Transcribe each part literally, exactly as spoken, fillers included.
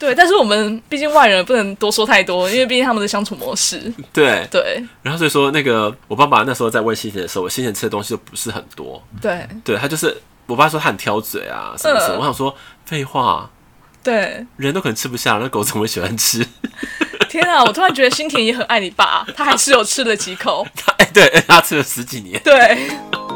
对，但是我们毕竟外人不能多说太多，因为毕竟他们的相处模式。 对对。 然后所以说，那个我爸爸那时候在问新田的时候，我新田吃的东西就不是很多。 对。 对，他就是我爸说他很挑嘴啊，什么什么。嗯、我想说废话。 对。人都可能吃不下，那狗怎么会喜欢吃？ 天啊！我突然觉得新田也很爱你爸，他还是有吃了几口。 哎、欸，对，他吃了十几年。 对。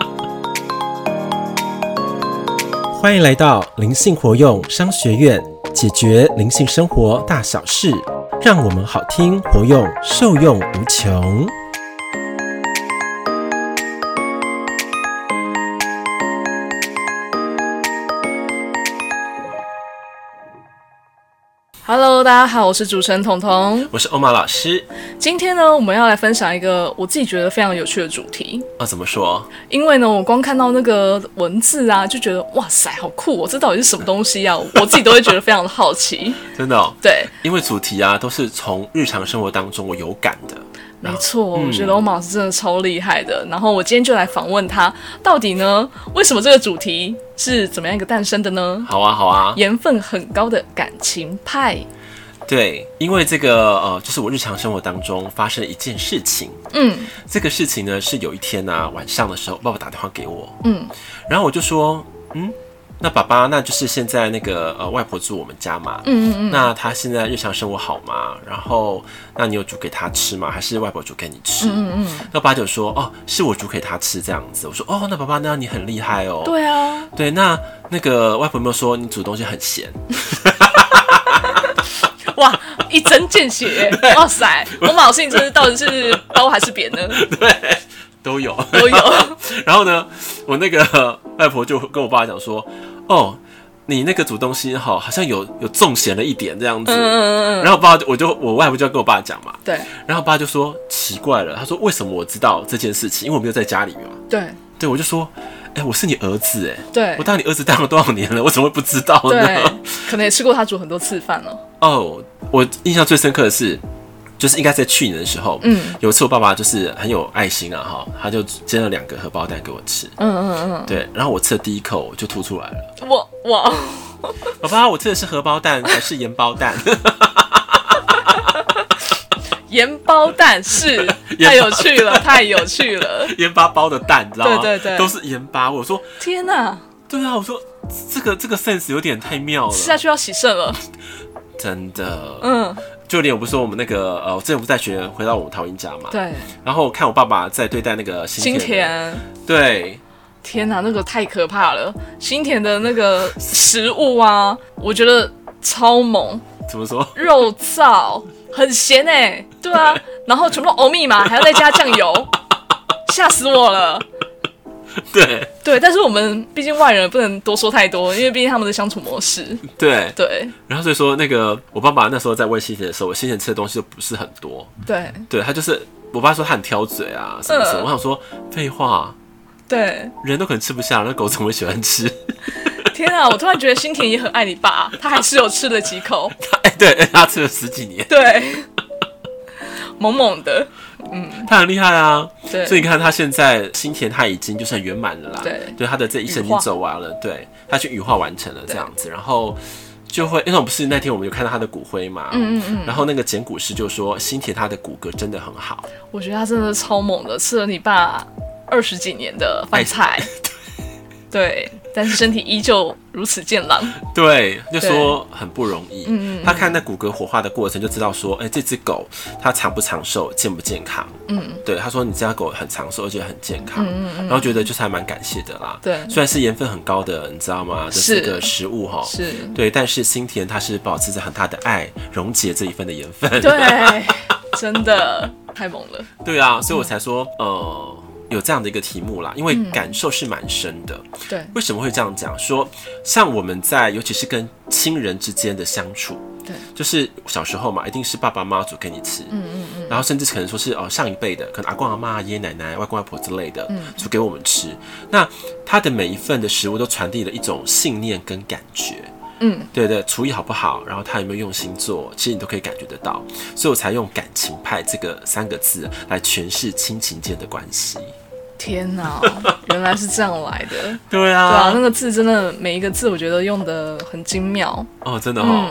欢迎来到灵性活用商学院，解决灵性生活大小事，让我们好听活用，受用无穷。 Hello， 大家好，我是主持人彤彤， 我是欧玛老师。 今天呢，我们要来分享一个我自己觉得非常有趣的主题。 啊，怎么说？ 因为呢，我光看到那个文字啊，就觉得哇塞，好酷哦！这到底是什么东西啊？我自己都会觉得非常的好奇。 真的哦？ 对， 因为主题啊，都是从日常生活当中我有感的。 没错，嗯、我觉得欧玛老师真的超厉害的。然后我今天就来访问他，到底呢，为什么这个主题是怎么样一个诞生的呢？ 好啊，好啊， 盐分很高的感情派。 对，因为这个呃，就是我日常生活当中发生了一件事情。嗯，这个事情呢是有一天啊晚上的时候，爸爸打电话给我。嗯，然后我就说，嗯。那爸爸，那就是现在那个呃外婆住我们家嘛，嗯嗯嗯，那他现在日常生活好吗？然后那你有煮给他吃吗？还是外婆煮给你吃？嗯嗯嗯。那爸爸就说哦，是我煮给他吃这样子。我说哦，那爸爸，那你很厉害哦。 对啊。 对，那那个外婆有没有说你煮东西很咸？ 哇，一针见血！哇塞，我老师，你这到底是褒还是贬呢？ 对。都有都有然后呢，我那个外婆就跟我爸讲说，哦，你那个煮东西好像有有重咸了一点这样子。嗯嗯嗯。然后爸我就我外婆就要跟我爸讲嘛。 对。 然后爸就说奇怪了，他说为什么我知道这件事情？因为我没有在家里嘛。 对。 对，我就说，哎、欸，我是你儿子哎。 对。 我当你儿子当了多少年了，我怎么会不知道呢？ 对。可能也吃过他煮很多次饭了。 哦，我印象最深刻的是。就是应该在去年的时候，嗯，有一次我爸爸就是很有爱心啊，哈，他就煎了两个荷包蛋给我吃，嗯嗯嗯，对，然后我吃了第一口我就吐出来了， 哇哇， 爸爸，我吃的是荷包蛋还是盐包蛋？ 盐包蛋是太有趣了，太有趣了， 盐巴包的蛋，你知道吗？ 对对对， 都是盐巴。我说天哪， 对啊，我说这个这个 sense 有点太妙了， 吃下去要洗肾了， 真的，嗯。就连我不是说我们那个呃，我之前不是在学回到我们桃园家嘛， 对， 然后我看我爸爸在对待那个新田， 新田， 对， 天哪，那个太可怕了，新田的那个食物啊，我觉得超猛， 怎么说？ 肉燥很咸哎、欸，对啊，然后全部都欧密码，还要再加酱油，吓死我了。 对对，但是我们毕竟外人不能多说太多，因为毕竟他们的相处模式。 对对。 然后所以说，那个我爸爸那时候在问新田的时候，我新田吃的东西就不是很多。 对。 对，他就是我爸说他很挑嘴啊，什么什么。嗯、我想说废话。 对。 人都可能吃不下，那狗怎么会喜欢吃？ 天啊！我突然觉得新田也很爱你爸，他还是有吃了几口。 哎、欸，对，他吃了十几年。 对。猛猛的。嗯， 他很厉害啊， 对， 所以你看他现在新田他已经就是很圆满了啦， 对， 对，他的这一生已经走完了，对，他去羽化完成了这样子，然后就会，因为我们不是那天我们有看到他的骨灰嘛，嗯嗯嗯，然后那个捡骨师就说新田他的骨骼真的很好， 我觉得他真的超猛的，吃了你爸二十几年的饭菜，对。但是身体依旧如此健朗， 对，就说很不容易。嗯嗯，他看那骨骼活化的过程，就知道说，哎、欸，这只狗它长不长寿，健不健康。嗯，对，他说你这家狗很长寿，而且很健康。嗯嗯，然后觉得就是还蛮感谢的啦。 对， 虽然是盐分很高的，你知道吗？这是个食物哈。 是。 对，但是新田它是保持着很大的爱，溶解这一份的盐分。 对，真的太猛了。 对啊，所以我才说，呃。有这样的一个题目啦，因为感受是蛮深的。嗯、 对， 为什么会这样讲？说像我们在，尤其是跟亲人之间的相处， 对， 就是小时候嘛，一定是爸爸妈妈煮给你吃，嗯嗯嗯，然后甚至可能说是哦上一辈的，可能阿公阿嬷、爷爷奶奶、外公外婆之类的，嗯，煮给我们吃。那他的每一份的食物都传递了一种信念跟感觉。嗯，对对，厨艺好不好，然后他有没有用心做，其实你都可以感觉得到，所以我才用感情派这个三个字来诠释亲情间的关系。 天哪，原来是这样来的。 对啊， 对啊，那个字真的每一个字，我觉得用得很精妙。 哦，真的哦。嗯，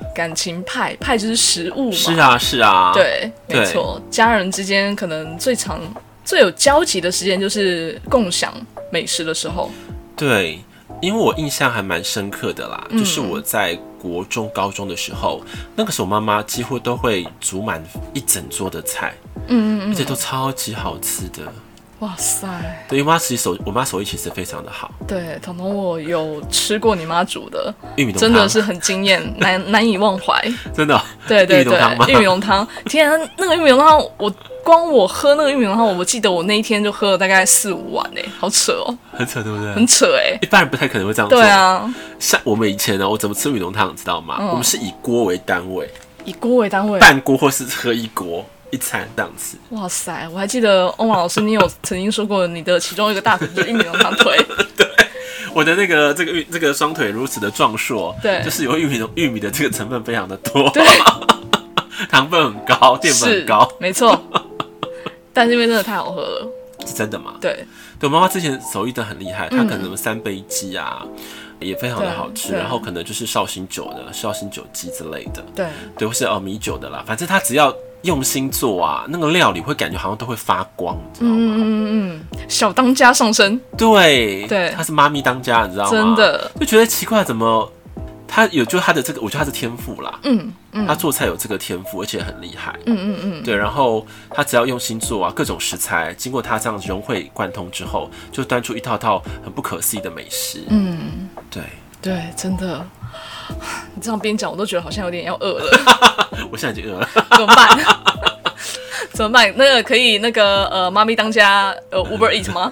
感情派，派就是食物嘛。 是啊，是啊， 对，没错，家人之间可能最常、最有交集的时间就是共享美食的时候。 对，因为我印象还蛮深刻的啦，嗯、就是我在国中、高中的时候，那个时候妈妈几乎都会煮满一整桌的菜，嗯嗯嗯，而且都超级好吃的。 哇塞！ 对，因为妈其实手，我妈手艺其实非常的好。 对，彤彤，我有吃过你妈煮的玉米浓汤， 真的是很惊艳，难难以忘怀。 真的、哦？ 对对对， 玉米浓汤，天啊，那个玉米浓汤，我光我喝那个玉米浓汤，我记得我那一天就喝了大概四五碗哎，好扯哦， 很扯对不对？ 很扯哎， 一般人不太可能会这样做。 对啊， 像我们以前呢，我怎么吃玉米浓汤，你知道吗？嗯、我们是以锅为单位， 以锅为单位， 半锅或是喝一锅。一餐这样子， 哇塞！我还记得欧王老师，你有曾经说过你的其中一个大腿就是玉米浓汤腿。 对，我的那个这个玉这个双腿如此的壮硕， 对， 就是有玉米的玉米的这个成分非常的多， 对， 糖分很高，淀粉很高， 没错。但是因为真的太好喝了， 是真的吗？ 对， 对我妈妈之前手艺都很厉害，她可能什么三杯鸡啊。也非常的好吃，然后可能就是绍兴酒的绍兴酒鸡之类的， 对对，或是哦米酒的啦，反正他只要用心做啊，那个料理会感觉好像都会发光，你知道吗？ 嗯嗯嗯，小当家上身， 对对， 他是妈咪当家，你知道吗？ 真的就觉得奇怪，怎么他有就他的这个，我觉得他是天赋啦，嗯嗯，他做菜有这个天赋，而且很厉害，嗯嗯嗯，对，然后他只要用心做啊，各种食材经过他这样融会贯通之后，就端出一套套很不可思议的美食，嗯，对对，真的。你这样边讲，我都觉得好像有点要饿了。 我现在已经饿了， 怎么办？怎么办？那个可以那个呃，妈咪当家呃 Uber Eat 吗？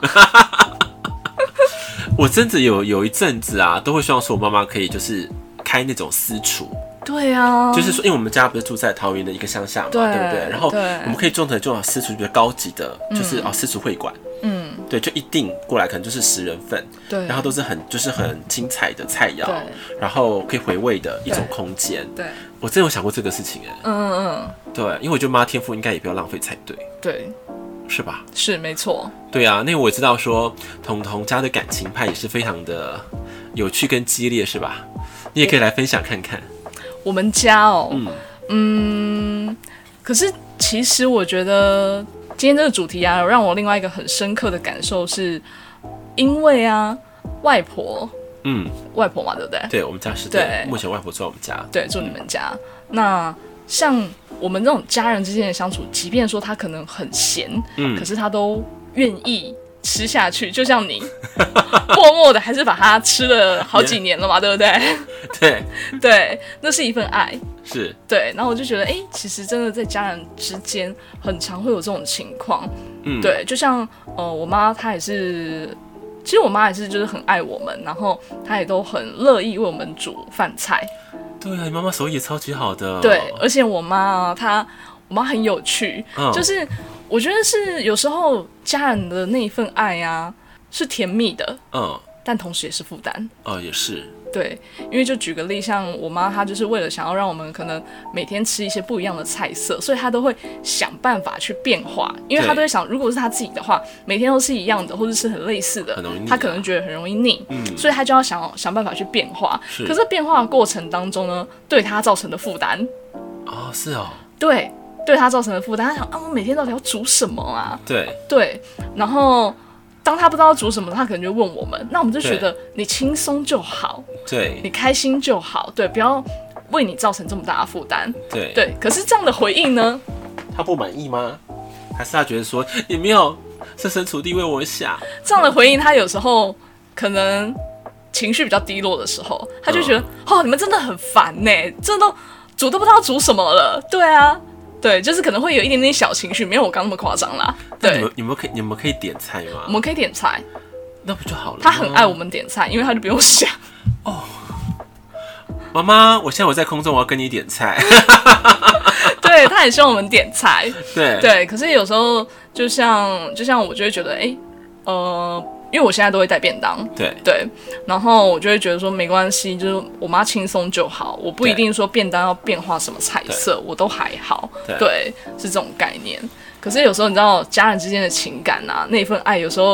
我真的有有一阵子啊，都会希望说我妈妈可以就是开那种私厨。 对啊， 就是说，因为我们家不是住在桃园的一个乡下嘛，对, 对不对？然后我们可以种成这种私厨比较高级的，就是、嗯、哦私厨会馆，嗯，对，就一定过来可能就是十人份，对，然后都是很就是很精彩的菜肴，然后可以回味的一种空间。对，我真有想过这个事情哎，嗯嗯嗯，对，因为我觉得妈天赋应该也不要浪费才对， 对， 是吧？ 是没错。 对啊，那我知道说彤彤家的感情派也是非常的有趣跟激烈，是吧？你也可以来分享看看。 我们家哦，嗯, 嗯，可是其实我觉得今天这个主题啊，有让我另外一个很深刻的感受是，因为啊，外婆，嗯，外婆嘛，对不对？ 对，我们家是对，目前外婆住在我们家， 对，住你们家。嗯、那像我们这种家人之间的相处，即便说他可能很闲，嗯，可是他都愿意吃下去，就像你默默的还是把它吃了好几年了嘛， yeah. 对不对？ 对对，那是一份爱， 是对。然后我就觉得，哎、欸，其实真的在家人之间，很常会有这种情况。嗯，对，就像呃，我妈她也是，其实我妈也是，就是很爱我们，然后她也都很乐意为我们煮饭菜。 对啊，你妈妈手艺也超级好的。 对，而且我妈啊，她我妈很有趣，嗯、就是我觉得是有时候家人的那一份爱啊，是甜蜜的，嗯，但同时也是负担。 哦，也是。 对，因为就举个例，像我妈，她就是为了想要让我们可能每天吃一些不一样的菜色，所以她都会想办法去变化，因为她都会想，如果是她自己的话，每天都是一样的，或者是很类似的，她可能觉得很容易腻，嗯，所以她就要想想办法去变化。可是变化的过程当中呢，对她造成的负担， 哦，是哦， 对，对她造成的负担，她想啊，我每天到底要煮什么啊？ 对， 对，然后。当他不知道煮什么，他可能就问我们，那我们就觉得你轻松就好， 对， 你开心就好，对，不要为你造成这么大的负担， 对对。可是这样的回应呢？ 他不满意吗？还是他觉得说你没有设身处地为我想？ 这样的回应，他有时候可能情绪比较低落的时候，他就觉得、嗯、哦，你们真的很烦呢，真的都煮都不知道煮什么了，对啊。对，就是可能会有一点点小情绪，没有我刚那么夸张啦。对， 你们你们可以你们可以点菜吗？ 我们可以点菜， 那不就好了？ 他很爱我们点菜，因为他就不用想。 哦，妈妈，我现在我在空中，我要跟你点菜。 对，他很希望我们点菜。 对对，可是有时候就像就像我就会觉得，哎、欸，呃。因为我现在都会带便当， 对对，然后我就会觉得说没关系，就是我妈轻松就好，我不一定说便当要变化什么菜色，我都还好， 对, 对，是这种概念。可是有时候你知道家人之间的情感啊，那份爱有时候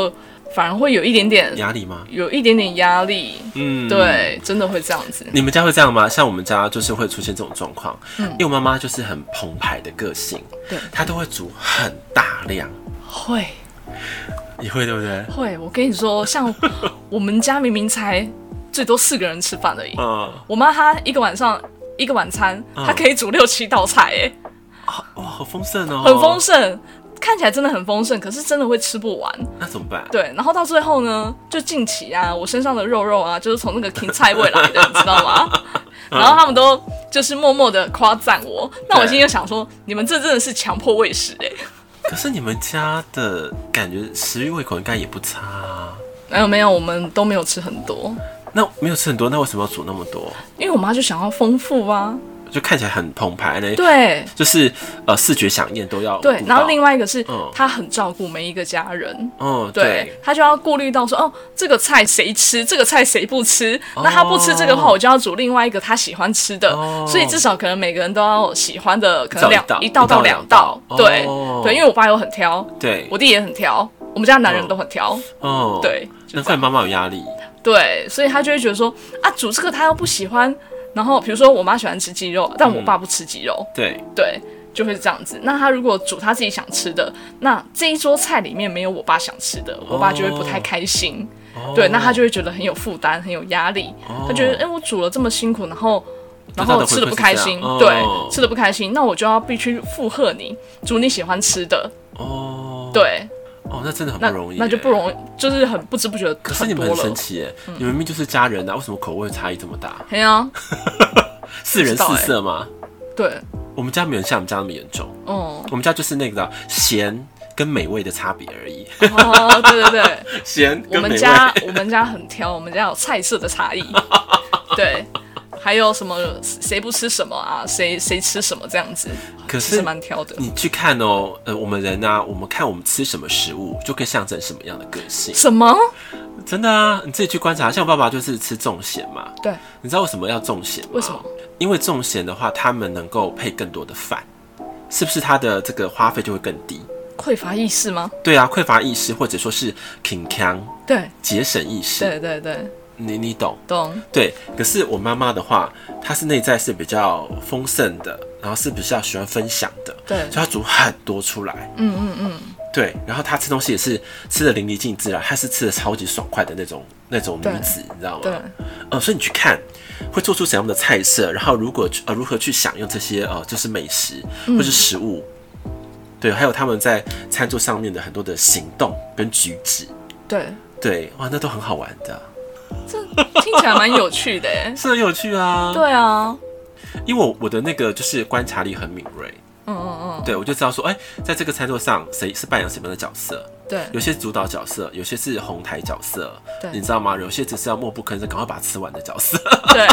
反而会有一点点压力吗？ 有一点点压力，嗯，对，真的会这样子。 你们家会这样吗？像我们家就是会出现这种状况，嗯，因为我妈妈就是很澎湃的个性， 对， 她都会煮很大量， 会， 你会对不对？ 会，我跟你说，像我们家明明才最多四个人吃饭而已，嗯，我妈她一个晚上一个晚餐，嗯、她可以煮六七道菜，哎、 啊，哇，好丰盛哦， 很丰盛。看起来真的很丰盛，可是真的会吃不完。 那怎么办？ 对，然后到最后呢，就近期啊，我身上的肉肉啊，就是从那个芹菜味来的，你知道吗？然后他们都就是默默的夸赞我，那我心里就想说，你们这真的是强迫喂食哎、欸。 可是你们家的感觉食欲胃口应该也不差啊。 没有没有，我们都没有吃很多。 那没有吃很多，那为什么要煮那么多？ 因为我妈就想要丰富啊。 就看起来很澎湃呢， 对， 就是呃视觉响应都要对，然后另外一个是，嗯、他很照顾每一个家人， 哦， 对， 对他就要顾虑到说，哦，这个菜谁吃，这个菜谁不吃，哦、那他不吃这个的话，我就要煮另外一个他喜欢吃的，哦、所以至少可能每个人都要喜欢的，可能两一道到两道，对、哦、对，因为我爸又很挑， 对， 我弟也很挑，我们家男人都很挑， 哦， 对， 难怪妈妈有压力， 对，所以他就会觉得说，啊，煮这个他又不喜欢。然后比如说我妈喜欢吃鸡肉，但我爸不吃鸡肉，嗯、 对对，就会这样子。那他如果煮他自己想吃的，那这一桌菜里面没有我爸想吃的，我爸就会不太开心。哦、对，那他就会觉得很有负担，很有压力。哦、他觉得，哎、欸，我煮了这么辛苦，然后然后吃的不开心， 哦、 对，吃的不开心，那我就要必须附和你，煮你喜欢吃的。哦，对。 哦，那真的很不容易， 那就不容易，就是很不知不觉得。 可是你们很神奇耶，嗯、你们明明就是家人啊，为什么口味差异这么大？ 对啊， 四人四色吗？ 对， 我们家没有像我们家那么严重。哦，我们家就是那个咸跟美味的差别而已。 哦，对对对， 咸跟美味。 我们家我们家很挑，我们家有菜色的差异。对。还有什么谁不吃什么啊？谁谁吃什么这样子？ 可是蛮挑的。 你去看哦，呃，我们人啊，我们看我们吃什么食物，就可以象征什么样的个性。 什么？ 真的啊，你自己去观察。像我爸爸就是吃重咸嘛。 对。 你知道为什么要重咸吗？ 为什么？ 因为重咸的话，他们能够配更多的饭，是不是他的这个花费就会更低？ 匮乏意识吗？ 对啊，匮乏意识，或者说是勤俭， 对， 节省意识。 对对对。 你你懂懂对，可是我妈妈的话，她是内在是比较丰盛的，然后是比较喜欢分享的， 对， 所以她煮很多出来， 嗯嗯嗯， 对，然后她吃东西也是吃的淋漓尽致啊，她是吃的超级爽快的那种那种女子，你知道吗？ 对， 呃，所以你去看会做出怎样的菜色，然后如果呃如何去享用这些呃就是美食或是食物，嗯、对，还有他们在餐桌上面的很多的行动跟举止， 对对，哇，那都很好玩的。 这听起来蛮有趣的耶， 是很有趣啊。 对啊， 因为 我, 我的那个就是观察力很敏锐， 嗯嗯嗯， 对，我就知道说，哎、欸，在这个餐桌上谁是扮演什么样的角色， 对， 有些是主导角色，有些是红台角色， 对， 你知道吗？有些只是要默不吭声，赶快把它吃完的角色， 对。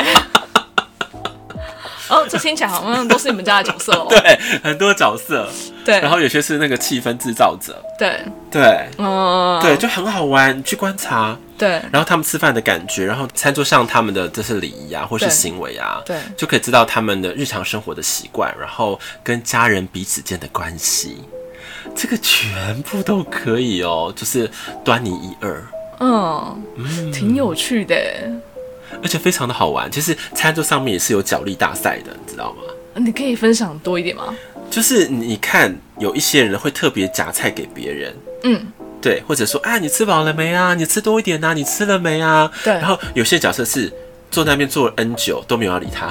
哦，这听起来好像都是你们家的角色哦。 对，很多角色。 对， 然后有些是那个气氛制造者。 对对， 嗯， 对，就很好玩，你去观察。 对， 然后他们吃饭的感觉，然后餐桌上他们的这是礼仪啊，或是行为啊， 对， 就可以知道他们的日常生活的习惯，然后跟家人彼此间的关系，这个全部都可以哦，就是端倪一二。嗯嗯，挺有趣的。 而且非常的好玩，其实餐桌上面也是有角力大赛的，你知道吗？ 你可以分享多一点吗？ 就是你看，有一些人会特别夹菜给别人，嗯，对，或者说啊，你吃饱了没啊？你吃多一点啊？你吃了没啊？ 对。 然后有些角色是坐那边坐了 N 久都没有要理他，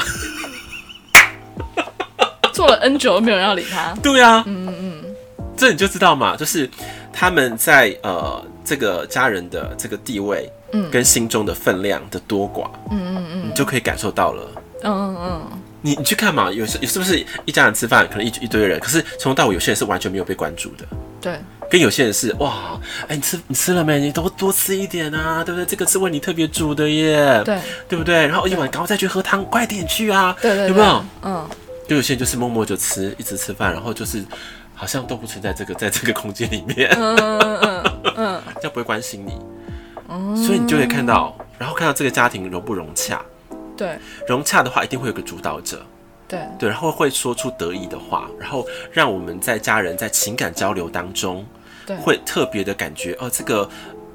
坐了 N 久都没有人要理他。 对啊，嗯嗯嗯，这你就知道嘛，就是他们在呃这个家人的这个地位。嗯，跟心中的分量的多寡，嗯嗯嗯，你就可以感受到了。嗯嗯嗯，你你去看嘛，有有是不是一家人吃饭，可能一一堆人，可是从头到尾有些人是完全没有被关注的。 对， 跟有些人是哇，哎、欸，你吃你吃了没？你都多吃一点啊，对不对？这个是为你特别煮的耶，对，对不对？然后一晚赶快再去喝汤，快点去啊， 对 对, 对， 有没有？ 嗯， 就有些人就是默默就吃，一直吃饭，然后就是好像都不存在这个在这个空间里面，嗯嗯嗯嗯，这样不会关心你。所以你就会看到，然后看到这个家庭融不融洽。 对， 融洽的话，一定会有个主导者。 对对，然后会说出得意的话，然后让我们在家人在情感交流当中，会特别的感觉哦，这个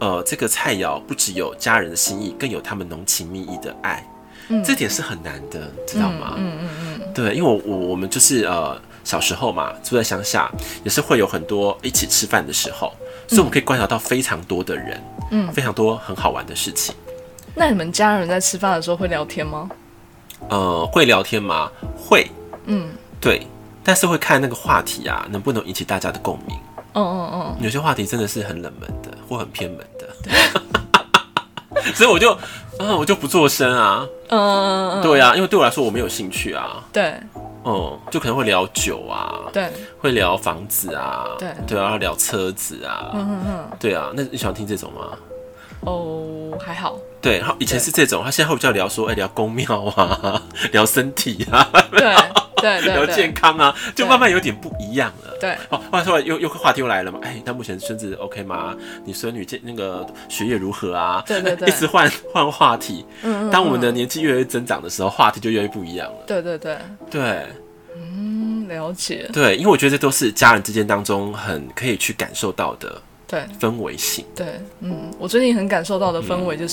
呃，这个菜肴不只有家人的心意，更有他们浓情蜜意的爱。嗯，这点是很难的，知道吗？嗯嗯嗯嗯对，因为我我我们就是呃小时候嘛，住在乡下，也是会有很多一起吃饭的时候，所以我们可以观察到非常多的人，嗯，非常多很好玩的事情。 那你们家人在吃饭的时候会聊天吗？ 呃，会聊天吗？会，嗯，对，但是会看那个话题啊，能不能引起大家的共鸣。嗯嗯嗯，有些话题真的是很冷门的，或很偏门的。所以我就，嗯，我就不做声啊。嗯嗯嗯，对啊，因为对我来说我没有兴趣啊。 对。 嗯，就可能会聊酒啊， 对， 会聊房子啊， 对， 对啊，聊车子啊，嗯嗯嗯，对啊，那你喜欢听这种吗？ 哦，还好。 对，然后以前是这种，他现在会比较聊说，哎、欸，聊宫庙啊，聊身体啊， 对对对， 聊健康啊，就慢慢有点不一样了。 对， 哦，后来后来又又话题又来了嘛，哎、欸，那目前孙子 OK 吗？你孙女那个学业如何啊？ 对对对， 一直换换话题。嗯, 嗯, 嗯，当我们的年纪越来越增长的时候，话题就越来越不一样了。 对对对对， 嗯，了解。 对，因为我觉得这都是家人之间当中很可以去感受到的。对，氛围性。 对，嗯，我最近很感受到的氛围就是，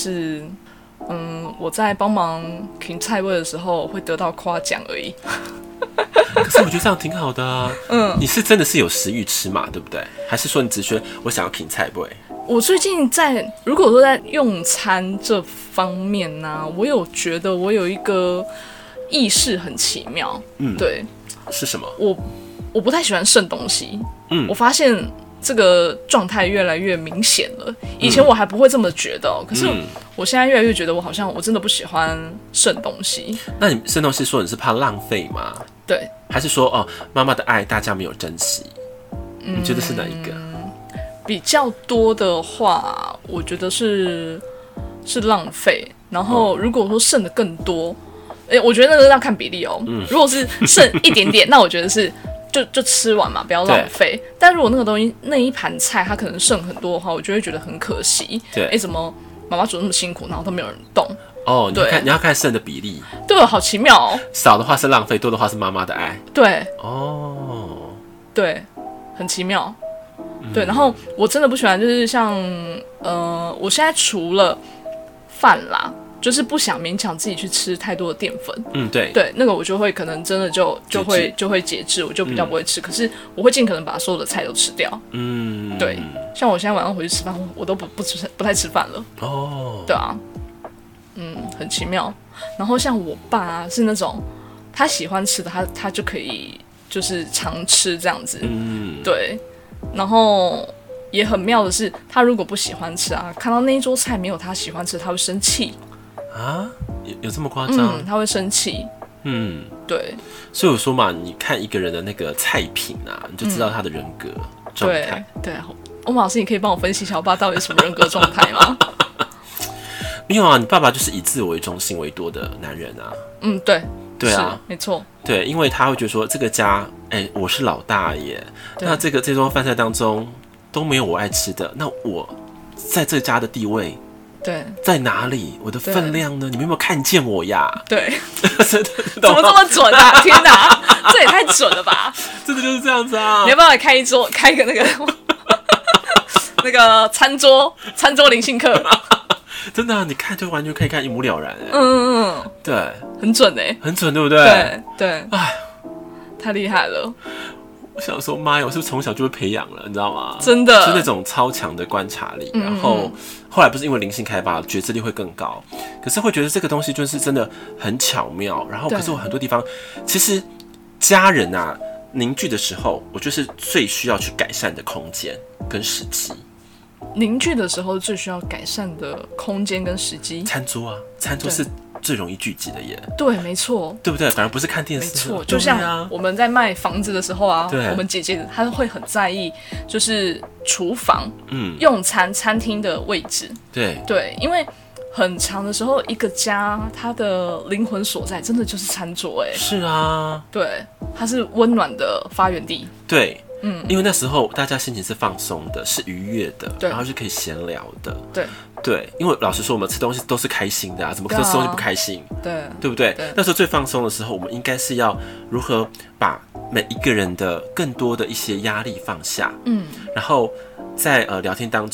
嗯, 嗯，我在帮忙评菜位的时候会得到夸奖而已。 可是我觉得这样挺好的啊。嗯，你是真的是有食欲吃嘛，对不对？还是说你只是我想要评菜位？ 我最近在，如果说在用餐这方面呢、啊，我有觉得我有一个意识很奇妙。嗯，对， 是什么？ 我我不太喜欢剩东西。嗯，我发现。这个状态越来越明显了。以前我还不会这么觉得、哦嗯，可是我现在越来越觉得，我好像我真的不喜欢剩东西。 那你剩东西说你是怕浪费吗？ 对， 还是说哦，妈妈的爱大家没有珍惜？嗯、你觉得是哪一个？ 比较多的话，我觉得是是浪费。然后如果说剩的更多，哎、欸，我觉得那个要看比例哦。嗯、如果是剩一点点，那我觉得是。就就吃完嘛，不要浪费。但如果那个东西那一盘菜它可能剩很多的话，我就会觉得很可惜。对，哎、欸，怎么妈妈煮那么辛苦，然后都没有人动？ 哦，你要看你要看剩的比例。 对，好奇妙哦。 少的话是浪费，多的话是妈妈的爱。 对。 哦。 对，很奇妙。嗯、对，然后我真的不喜欢，就是像呃，我现在除了饭啦。就是不想勉强自己去吃太多的淀粉， 嗯，对， 对，那个我就会可能真的就就会就会节制，我就比较不会吃、嗯。可是我会尽可能把所有的菜都吃掉，嗯，对。像我现在晚上回去吃饭，我都不不吃不太吃饭了，哦，对啊，嗯，很奇妙。然后像我爸、啊、是那种他喜欢吃的，他他就可以就是常吃这样子，嗯，对。然后也很妙的是，他如果不喜欢吃啊，看到那一桌菜没有他喜欢吃，他会生气。啊， 有有这么夸张？ 嗯，他会生气。嗯，对。 所以我说嘛，你看一个人的那个菜品啊，你就知道他的人格状态。 对，欧盟老师，你可以帮我分析一下我爸到底是什么人格状态吗？ 没有啊，你爸爸就是以自我为中心为多的男人啊。 嗯，对， 对啊， 没错。 对，因为他会觉得说，这个家，哎、欸，我是老大耶，那这个这桌饭菜当中都没有我爱吃的，那我在这家的地位。 对， 在哪里？我的分量呢？你们有没有看见我呀？ 对，怎么这么准啊？天哪，这也太准了吧！ 真的就是这样子啊！ 你要不要来开一桌，开一个那个那个餐桌餐桌灵性课？ 真的、啊，你看就完全可以看一目了然。 嗯嗯嗯， 对， 很准哎、欸， 很准，对不对？ 对对，哎，太厉害了。 我想说，妈呀，我是不是从小就被培养了，你知道吗？ 真的， 就那种超强的观察力，嗯嗯，然后后来不是因为灵性开发，觉知力会更高，可是会觉得这个东西就是真的很巧妙。然后，可是我很多地方，其实家人啊凝聚的时候，我就是最需要去改善的空间跟时机。 凝聚的时候最需要改善的空间跟时机， 餐桌啊，餐桌是最容易聚集的耶。 对，没错， 对不对？反而不是看电视。 没错，就像我们在卖房子的时候啊，我们姐姐她会很在意，就是厨房、嗯，用餐餐厅的位置。对对，因为很长的时候，一个家它的灵魂所在，真的就是餐桌。哎，是啊，对，它是温暖的发源地。对。嗯， 因为那时候大家心情是放松的，是愉悦的，然后是可以闲聊的。对对，因为老实说，我们吃东西都是开心的啊，怎么可能吃东西不开心？对，对不对？对，那时候最放松的时候，我们应该是要如何把每一个人的更多的一些压力放下，嗯，然后在呃聊天当中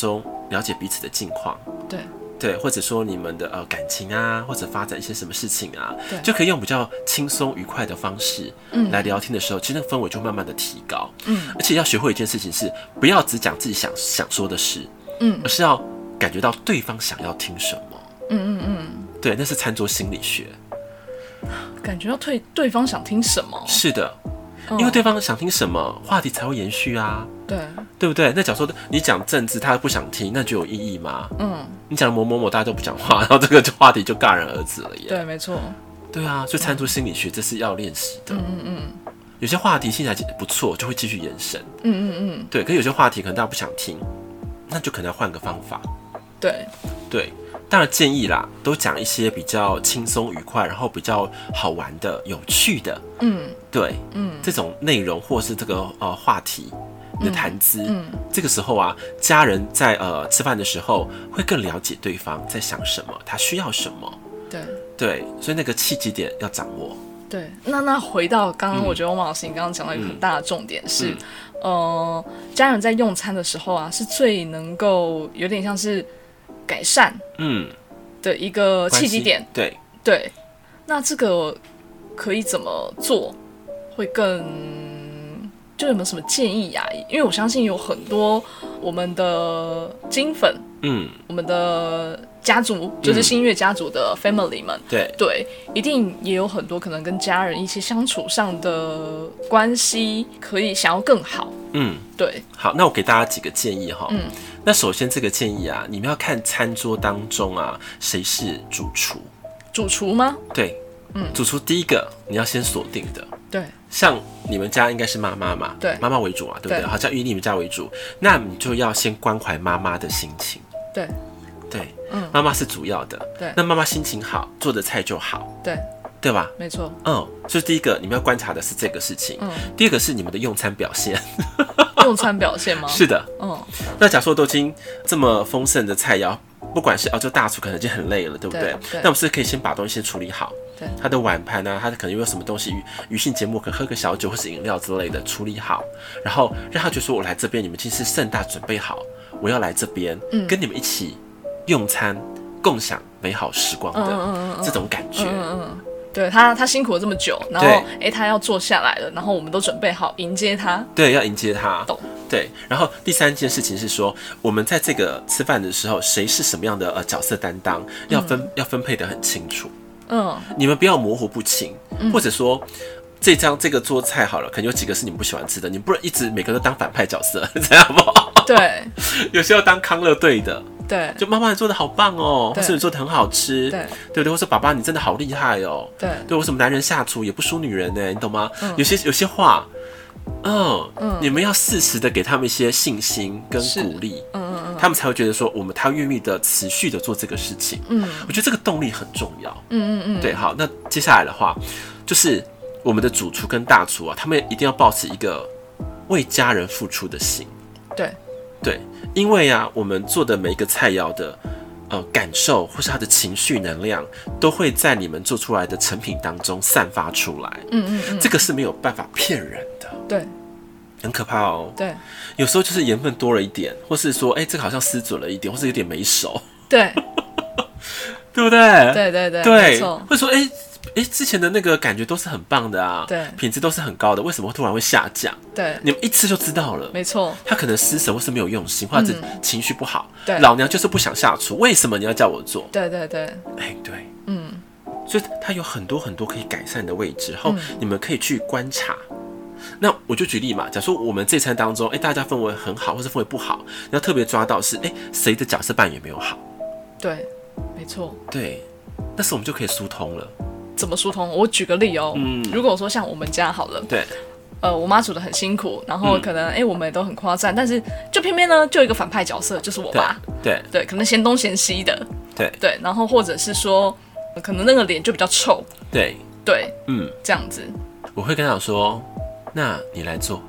了解彼此的近况， 对对，或者说你们的呃感情啊，或者发展一些什么事情啊， 对， 就可以用比较轻松愉快的方式来聊天的时候，嗯、其实那个氛围就慢慢的提高。嗯，而且要学会一件事情是，不要只讲自己想想说的事，嗯，而是要感觉到对方想要听什么。嗯嗯嗯，对，那是餐桌心理学。 感觉到对对方想听什么？ 是的。因为对方想听什么，话题才会延续啊， 对， 对不对？那假如说你讲政治，他不想听，那就有意义吗？嗯，你讲某某某，大家都不讲话，然后这个就话题就戛然而止了耶。 对，没错。 对啊，所以餐桌心理学这是要练习的。嗯嗯嗯。有些话题听起来不错，就会继续延伸。嗯嗯嗯。对，可是有些话题可能大家不想听，那就可能要换个方法。 对对。当然建议啦，都讲一些比较轻松愉快，然后比较好玩的、有趣的，嗯，对，嗯，这种内容或是这个呃话题的谈资，嗯，嗯这个时候啊，家人在呃吃饭的时候会更了解对方在想什么，他需要什么， 对对，所以那个契机点要掌握。 对，那那回到刚刚，我觉得欧玛老师你刚刚讲到一个很大的重点是，嗯、呃，家人在用餐的时候啊，是最能够有点像是。改善嗯的一个契机点， 对对，那这个可以怎么做会更就有没有什么建议呀、啊？因为我相信有很多我们的金粉，嗯，我们的家族就是新月家族的 family 们， 嗯、对对，一定也有很多可能跟家人一些相处上的关系可以想要更好，嗯，对。 好，那我给大家几个建议哈，嗯。那首先这个建议啊，你们要看餐桌当中啊，谁是主厨？ 主厨吗？ 对，嗯，主厨第一个你要先锁定的， 对， 像你们家应该是妈妈嘛， 对， 妈妈为主啊，对不对？对好像以你们家为主，那你就要先关怀妈妈的心情， 对， 对，嗯，妈妈是主要的， 对， 那妈妈心情好，做的菜就好， 对， 对吧？ 没错， 嗯，所以第一个你们要观察的是这个事情，嗯，第二个是你们的用餐表现。 用餐表现吗？ 是的，嗯，那假如说都已经这么丰盛的菜肴，不管是哦，就大厨可能已经很累了，对不对？ 对对那我们是可以先把东西先处理好，对，他的碗盘啊，他可能有什么东西，余兴节目可能喝个小酒或是饮料之类的处理好，然后让他觉得说我来这边，你们已经是盛大准备好，我要来这边、嗯、跟你们一起用餐，共享美好时光的这种感觉。嗯嗯嗯嗯对他，他辛苦了这么久，然后哎，他要坐下来了，然后我们都准备好迎接他。 对，要迎接他。 懂。 对，然后第三件事情是说，我们在这个吃饭的时候，谁是什么样的呃角色担当，要分、嗯、要分配得很清楚。嗯。你们不要模糊不清，嗯、或者说这张这个桌菜好了，可能有几个是你们不喜欢吃的，你不能一直每个都当反派角色，这样不好？ 对。 有些要当康乐队的。 对， 就妈妈你做的好棒哦，或是你做的很好吃， 对， 对不对？或是爸爸你真的好厉害哦， 对， 对，为什么男人下厨也不输女人呢？你懂吗？嗯、有些有些话，嗯嗯，你们要适时的给他们一些信心跟鼓励，嗯嗯嗯，他们才会觉得说我们他愿意的持续的做这个事情，嗯，我觉得这个動力很重要，嗯嗯嗯，对，好，那接下来的话就是我们的主厨跟大厨啊，他们一定要保持一个为家人付出的心， 对。 对，因为啊，我们做的每一个菜肴的呃感受，或是他的情绪能量，都会在你们做出来的成品当中散发出来。嗯嗯嗯，这个是没有办法骗人的。 对， 很可怕哦。 对，有时候就是盐分多了一点，或是说，哎、欸，这个好像失准了一点，或是有点没熟。 对， 对不对？ 对对对， 对，没错。或者说，哎、欸。哎，之前的那个感觉都是很棒的啊， 对， 品质都是很高的，为什么会突然会下降？ 对， 你们一吃就知道了， 没错。 他可能失神，或是没有用心，或者情绪不好。 对、嗯， 老娘就是不想下厨，为什么你要叫我做？ 对对对， 哎，对，嗯，所以它有很多很多可以改善的位置，然后你们可以去观察。嗯、那我就举例嘛，假如说我们这餐当中，哎，大家氛围很好，或是氛围不好，你要特别抓到是，哎，谁的角色扮演没有好？ 对，没错。 对，那时候我们就可以疏通了。 怎么疏通？我举个例哦，嗯，如果说像我们家好了， 对， 呃，我妈煮的很辛苦，然后可能哎、嗯欸，我们也都很夸赞，但是就偏偏呢，就有一个反派角色，就是我爸， 对对, 对，可能嫌东嫌西的， 对对，然后或者是说，可能那个脸就比较臭， 对对，嗯，这样子， 我会跟他讲说，那你来做。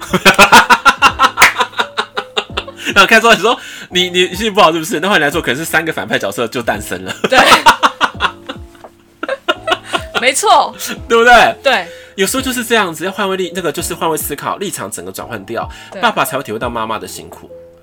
然后看说你说你你心情不好是不是？那换你来做，可能是三个反派角色就诞生了。 对。没错， 对不对？ 对， 有时候就是这样子，要换位立，那个就是换位思考，立场整个转换掉，爸爸才会体会到妈妈的辛苦，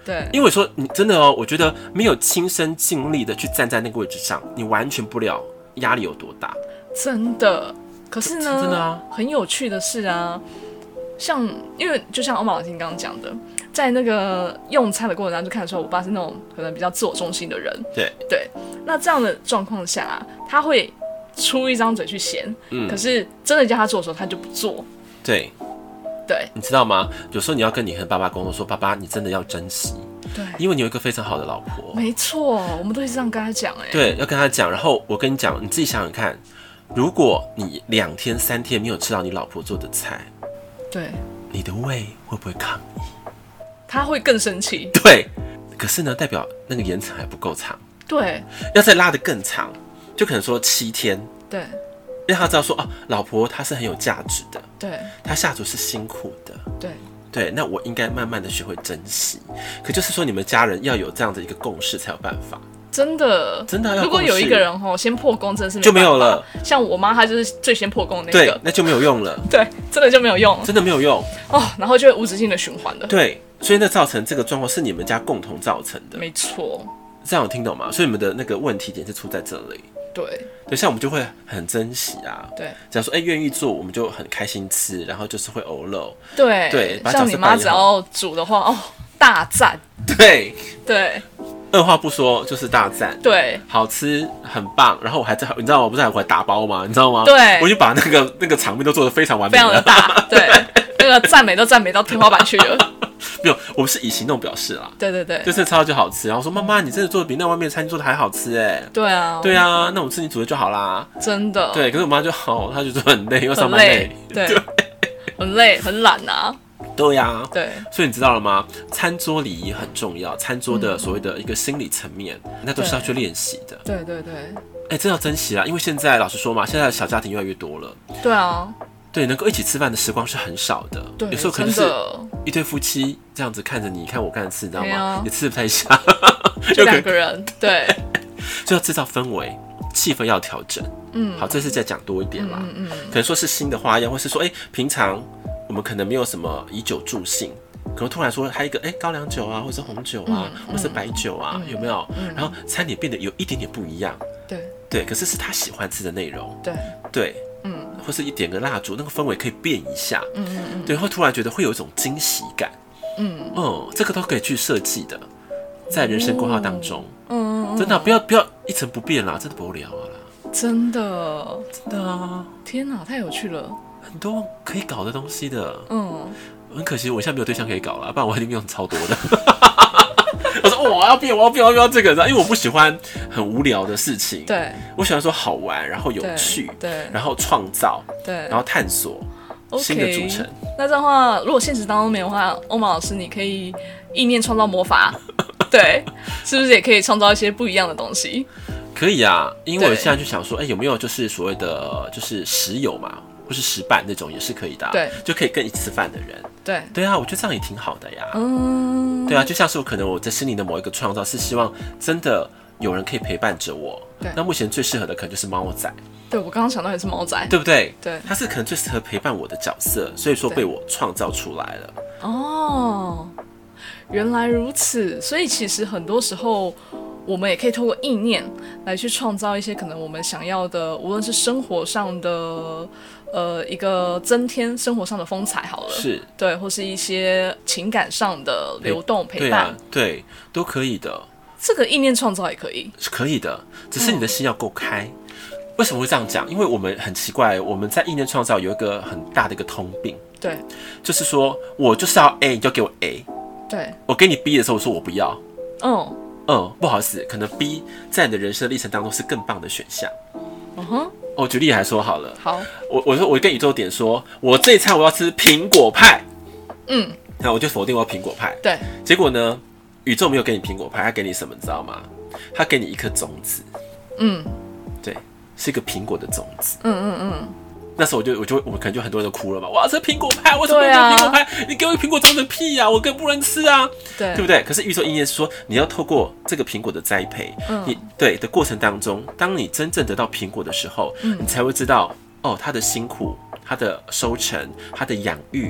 对， 因为说你真的哦，我觉得没有亲身经历的去站在那个位置上，你完全不了压力有多大。 真的。可是呢， 真的啊， 很有趣的是啊，像因为就像欧玛老师刚刚讲的，在那个用餐的过程当中，就看得出来我爸是那种可能比较自我中心的人。 对对，那这样的状况下啊，他会出一张嘴去嫌，嗯，可是真的叫他做的时候，他就不做。 对对， 你知道吗？有时候你要跟你和爸爸沟通说，爸爸，你真的要珍惜。 对， 因为你有一个非常好的老婆。 没错，我们都是这样跟他讲哎。 对，要跟他讲。然后我跟你讲，你自己想想看。如果你两天三天没有吃到你老婆做的菜， 对， 你的胃会不会抗议？ 他会更生气。 对，可是呢，代表那个延长还不够长。 对， 要再拉得更长，就可能说七天。 对， 让他知道说，哦，老婆她是很有价值的。 对， 她下厨是辛苦的。 对。 对，那我应该慢慢的学会珍惜。可就是说，你们家人要有这样的一个共识才有办法。 真的， 真的要。 如果有一个人吼先破功，真的是没就没有了。 像我妈，她就是最先破功的那个。 对，那就没有用了。 对，真的就没有用， 真的没有用哦，然后就会无止境的循环的。 对，所以那造成这个状况是你们家共同造成的。 没错。 这样有听懂吗？所以你们的那个问题点是出在这里。 对。 对，像我们就会很珍惜啊。 对。 假如说哎愿意做，我们就很开心吃，然后就是会偶漏。 对。 对， 像你妈只要煮的话，哦，大赞。 对。 对。 二话不说就是大赞， 对， 好吃，很棒。然后我还在，你知道吗？我不是还回来打包吗？你知道吗？ 对， 我已经把那个那个场面都做得非常完美了， 非常的大，对，那个赞美都赞美到天花板去了。 没有，我们是以行动表示啦。 对对对， 就是超级好吃。然后说妈妈，你真的做的比那外面餐厅做的还好吃哎。 对啊， 对啊，那我吃你煮的就好啦。 真的。对， 可是我妈就好，她就说很累，因为上班累， 对，很累，很懒啊。 对呀、啊， 对， 所以你知道了吗？餐桌礼仪很重要，餐桌的所谓的一个心理层面，嗯、那都是要去练习的。 对对对， 哎、欸，真要珍惜啊！因为现在老实说嘛，现在的小家庭越来越多了。 对啊， 对，能够一起吃饭的时光是很少的。 对， 有时候可能是一对夫妻这样子看着你看我干吃，你知道吗？啊、也吃不太下， 就两个人，对， 就要制造氛围，气氛要调整。嗯，好，这次再讲多一点嘛。嗯嗯，可能说是新的花样，或是说，哎、欸，平常。我们可能没有什么以酒助兴，可能突然说还有一个哎、欸、高粱酒啊，或是红酒啊，嗯、或是白酒啊，嗯、有没有？嗯、然后餐点变得有一点点不一样。 对对，可是是他喜欢吃的内容。 对对，嗯，或是一点个蜡烛，那个氛围可以变一下。嗯嗯嗯，对，会突然觉得会有一种惊喜感。嗯嗯，这个都可以去设计的，在人生规划当中。嗯嗯，真的、啊、不要不要一成不变啦，真的不无聊啊啦。 真的真的啊！ 天哪，太有趣了。 很多可以搞的东西的，嗯，很可惜我现在没有对象可以搞了，不然我一定用超多的。我说、哦、我要变，我要变，我要变这个，因为我不喜欢很无聊的事情， 对， 我喜欢说好玩，然后有趣， 对，对然后创造， 对， 然后探索新的组成。Okay, 那这样的话，如果现实当中没有的话，欧玛老师你可以意念创造魔法，对，是不是也可以创造一些不一样的东西？ 可以啊，因为我现在就想说，哎、欸，有没有就是所谓的就是食友嘛？或是石板那种也是可以的、啊， 对， 就可以跟一起吃饭的人， 对， 对啊，我觉得这样也挺好的呀， 嗯， 对啊，就像是我可能我在心灵的某一个创造是希望真的有人可以陪伴着我， 对， 那目前最适合的可能就是猫仔， 对我刚刚想到也是猫仔， 对不对？ 对， 它是可能最适合陪伴我的角色，所以说被我创造出来了。 哦，原来如此，所以其实很多时候。我们也可以透过意念来去创造一些可能我们想要的，无论是生活上的呃一个增添生活上的风采好了， 是对，或是一些情感上的流动陪伴， 对啊，对，都可以的。 这个意念创造也可以， 是可以的，只是你的心要够开。嗯、为什么会这样讲？因为我们很奇怪，我们在意念创造有一个很大的一个通病， 对， 就是说我就是要 A， 你就给我 A， 对， 我给你 B 的时候，我说我不要， 嗯。 嗯，不好意思，可能 B 在你的人生的历程当中是更棒的选项。 嗯哼， 我举例来说好了。 好， 我我说我跟宇宙点说，我这一餐我要吃苹果派。嗯，那我就否定我要苹果派。 对， 结果呢，宇宙没有给你苹果派，他给你什么，你知道吗？他给你一颗种子。嗯，对，是一个苹果的种子。嗯嗯嗯。那时候我就我就我可能就很多人都哭了嘛，哇，这苹果派，为什么没有苹果派？啊、你给我苹果种子屁呀、啊，我更不能吃啊， 对， 对不对？可是宇宙意念是说，你要透过这个苹果的栽培，嗯、你对的过程当中，当你真正得到苹果的时候，嗯、你才会知道哦，它的辛苦、它的收成、它的养育，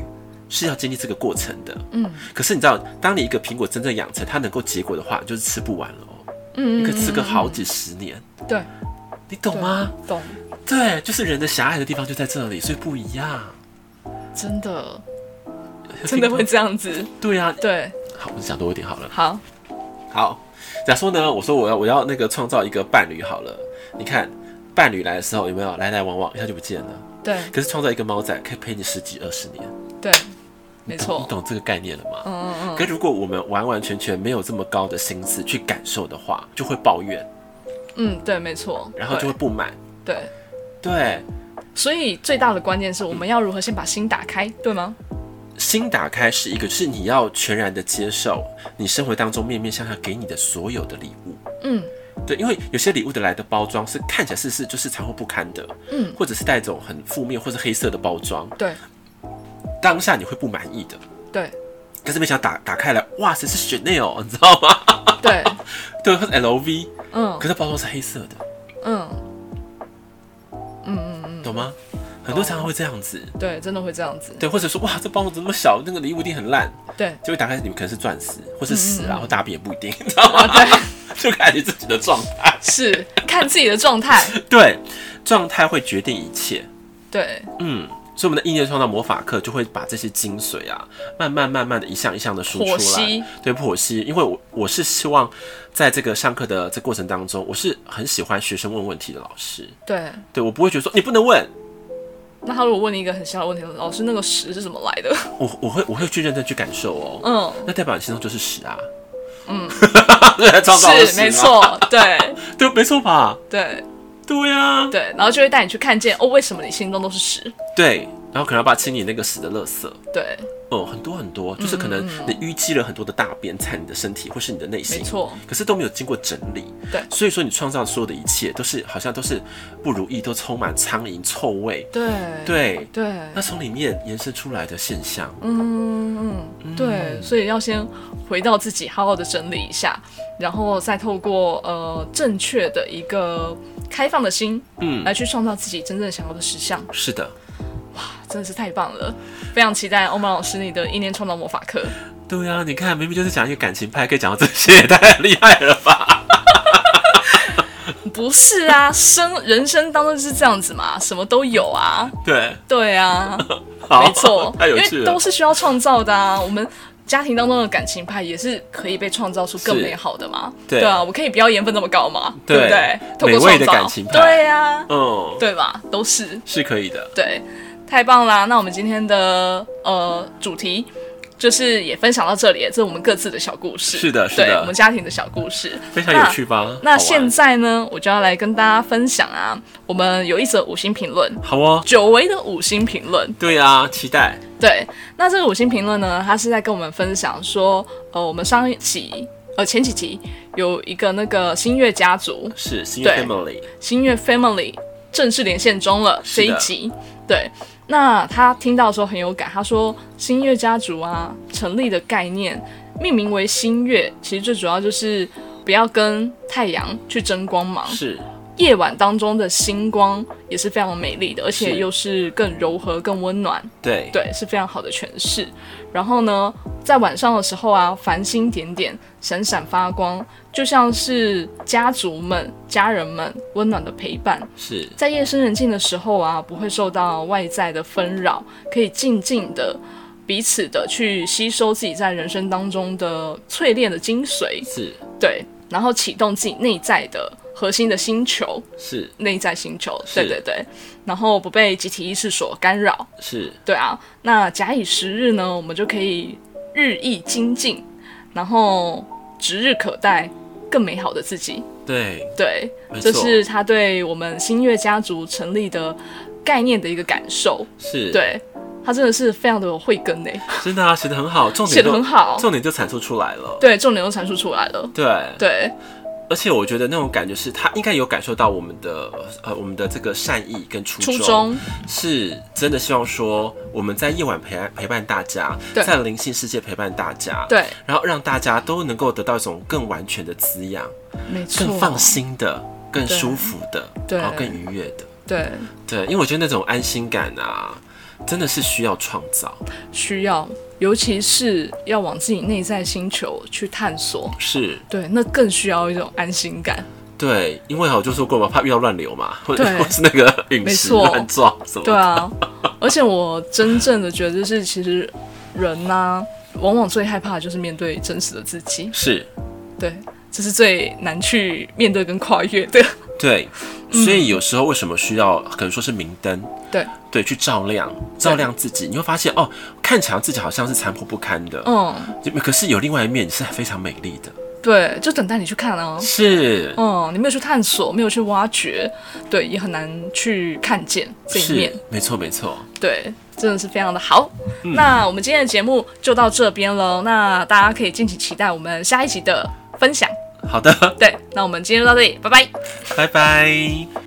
是要经历这个过程的。嗯，可是你知道，当你一个苹果真正养成它能够结果的话，就是吃不完了哦。嗯，你可以吃个好几十年。 对， 你懂吗？ 懂。 对，就是人的狭隘的地方就在这里，所以不一样。 真的，真的会这样子。 对啊， 对。 好，我讲多一点好了。 好， 好。假如说呢，我说我要我要那个创造一个伴侣好了，你看伴侣来的时候有没有来来往往一下就不见了？ 对。 可是创造一个猫仔可以陪你十几二十年。 对，没错。 你懂这个概念了吗？ 嗯嗯嗯。 可如果我们完完全全没有这么高的心思去感受的话，就会抱怨。 嗯，对，没错。 然后就会不满。 对。 对。 所以最大的关键是我们要如何先把心打开，对吗？ 心打开是一个，是你要全然的接受你生活当中面面相向给你的所有的礼物。嗯，对，因为有些礼物的来的包装是看起来是是就是残破不堪的，嗯，或者是带一种很负面或是黑色的包装， 对， 当下你会不满意的， 对。 可是没想到打打开来，哇塞，是 Chanel， 你知道吗？ 对， 对，或是 L V， 嗯， 可是包装是黑色的， 嗯。 懂吗？很多常常会这样子， 对，真的会这样子， 对，或者说哇，这包装怎么小，那个礼物一定很烂， 对， 结果打开你们可能是钻石，或是屎啊，或大便也不一定，你知道吗？对，就看你自己的状态， 是看自己的状态， 对，状态会决定一切， 对， 嗯，所以我们的意念创造魔法课就会把这些精髓啊，慢慢慢慢的一项一项的输出来，对，剖析，因为我我是希望在这个上课的这过程当中，我是很喜欢学生问问题的老师， 对， 对我不会觉得说你不能问。 那他如果问你一个很小的问题，老师那个屎是怎么来的？ 我我会我会去认真去感受哦，嗯，那代表你心中就是屎啊，嗯，对，创造是没错，对， 对，没错吧？ 对， 对呀、啊， 对，然后就会带你去看见哦，为什么你心中都是屎？ 对，然后可能要把清理那个屎的垃圾， 对， 哦，很多很多，就是可能你淤积了很多的大便在你的身体或是你的内心， 没错， 可是都没有经过整理， 对， 所以说你创造所有的一切都是好像都是不如意，都充满苍蝇臭味， 对， 对对， 那从里面延伸出来的现象， 嗯嗯，对，所以要先回到自己，好好的整理一下，然后再透过呃正确的一个开放的心，嗯，来去创造自己真正想要的实相。 是的。 哇，真的是太棒了！非常期待欧曼老师你的意念创造魔法课。 对啊，你看，明明就是讲一个感情派，可以讲到这些，也太厉害了吧？ 不是啊，生人生当中是这样子嘛，什么都有啊。 对， 对啊，没错， 太有趣了， 因为都是需要创造的啊。我们家庭当中的感情派也是可以被创造出更美好的嘛。对, 对啊，我可以不要盐分那么高嘛， 对, 对不对？透过创造，感情派对啊，嗯，对吧？都是是可以的， 对。太棒啦！那我们今天的呃主题就是也分享到这里，这是我们各自的小故事。 是的，是的， 对，我们家庭的小故事， 非常有趣吧？ 那, 那现在呢，我就要来跟大家分享啊，我们有一则五星评论， 好哦， 久违的五星评论。 对啊，期待。 对，那这个五星评论呢，它是在跟我们分享说，呃，我们上一集。呃，前几集有一个那个新月家族， 是新月 family， 新月 family 正式连线中了这一集，对。那他听到的时候很有感，他说新月家族啊成立的概念命名为新月，其实最主要就是不要跟太阳去争光芒， 是夜晚当中的星光也是非常美丽的，而且又是更柔和更温暖， 对对，是非常好的诠释。然后呢，在晚上的时候啊，繁星点点闪闪发光，就像是家族们家人们温暖的陪伴， 是在夜深人静的时候啊，不会受到外在的纷扰，可以静静的彼此的去吸收自己在人生当中的淬炼的精髓， 是对，然后启动自己内在的核心的星球， 是内在星球，对对对，然后不被集体意识所干扰， 是对啊。那假以时日呢，我们就可以日益精进，然后指日可待更美好的自己。 对对，这是他对我们新月家族成立的概念的一个感受。 是， 对。他真的是非常的有慧根诶， 真的啊，写得很好，重点写得很好， 重点就阐述出来了。 对，重点都阐述出来了。 对对， 而且我觉得那种感觉是他应该有感受到我们的呃我们的这个善意跟初衷， 初衷是真的希望说我们在夜晚陪陪伴大家，在灵性世界陪伴大家， 对， 然后让大家都能够得到一种更完全的滋养， 没错， 更放心的、更舒服的， 对， 然后更愉悦的， 对对，因为我觉得那种安心感啊。 真的是需要创造， 需要，尤其是要往自己内在星球去探索， 是， 对，那更需要一种安心感。 对，因为我就说过嘛，怕遇到乱流嘛，或者或是那个陨石乱撞什么的。 对啊，而且我真正的觉得，就是其实人啊，往往最害怕的就是面对真实的自己。 是， 对，这是最难去面对跟跨越的。 对，所以有时候为什么需要，可能说是明灯， 对对，去照亮照亮自己，你会发现哦，看起来自己好像是残破不堪的，嗯，可是有另外一面是非常美丽的。 对，就等待你去看啊。 是， 嗯，你没有去探索，没有去挖掘，对，也很难去看见这一面。 没错，没错。 对，真的是非常的好。嗯、那我们今天的节目就到这边了，那大家可以敬请期待我们下一集的分享。 好的， 对，那我们今天就到这里，拜拜， 拜拜。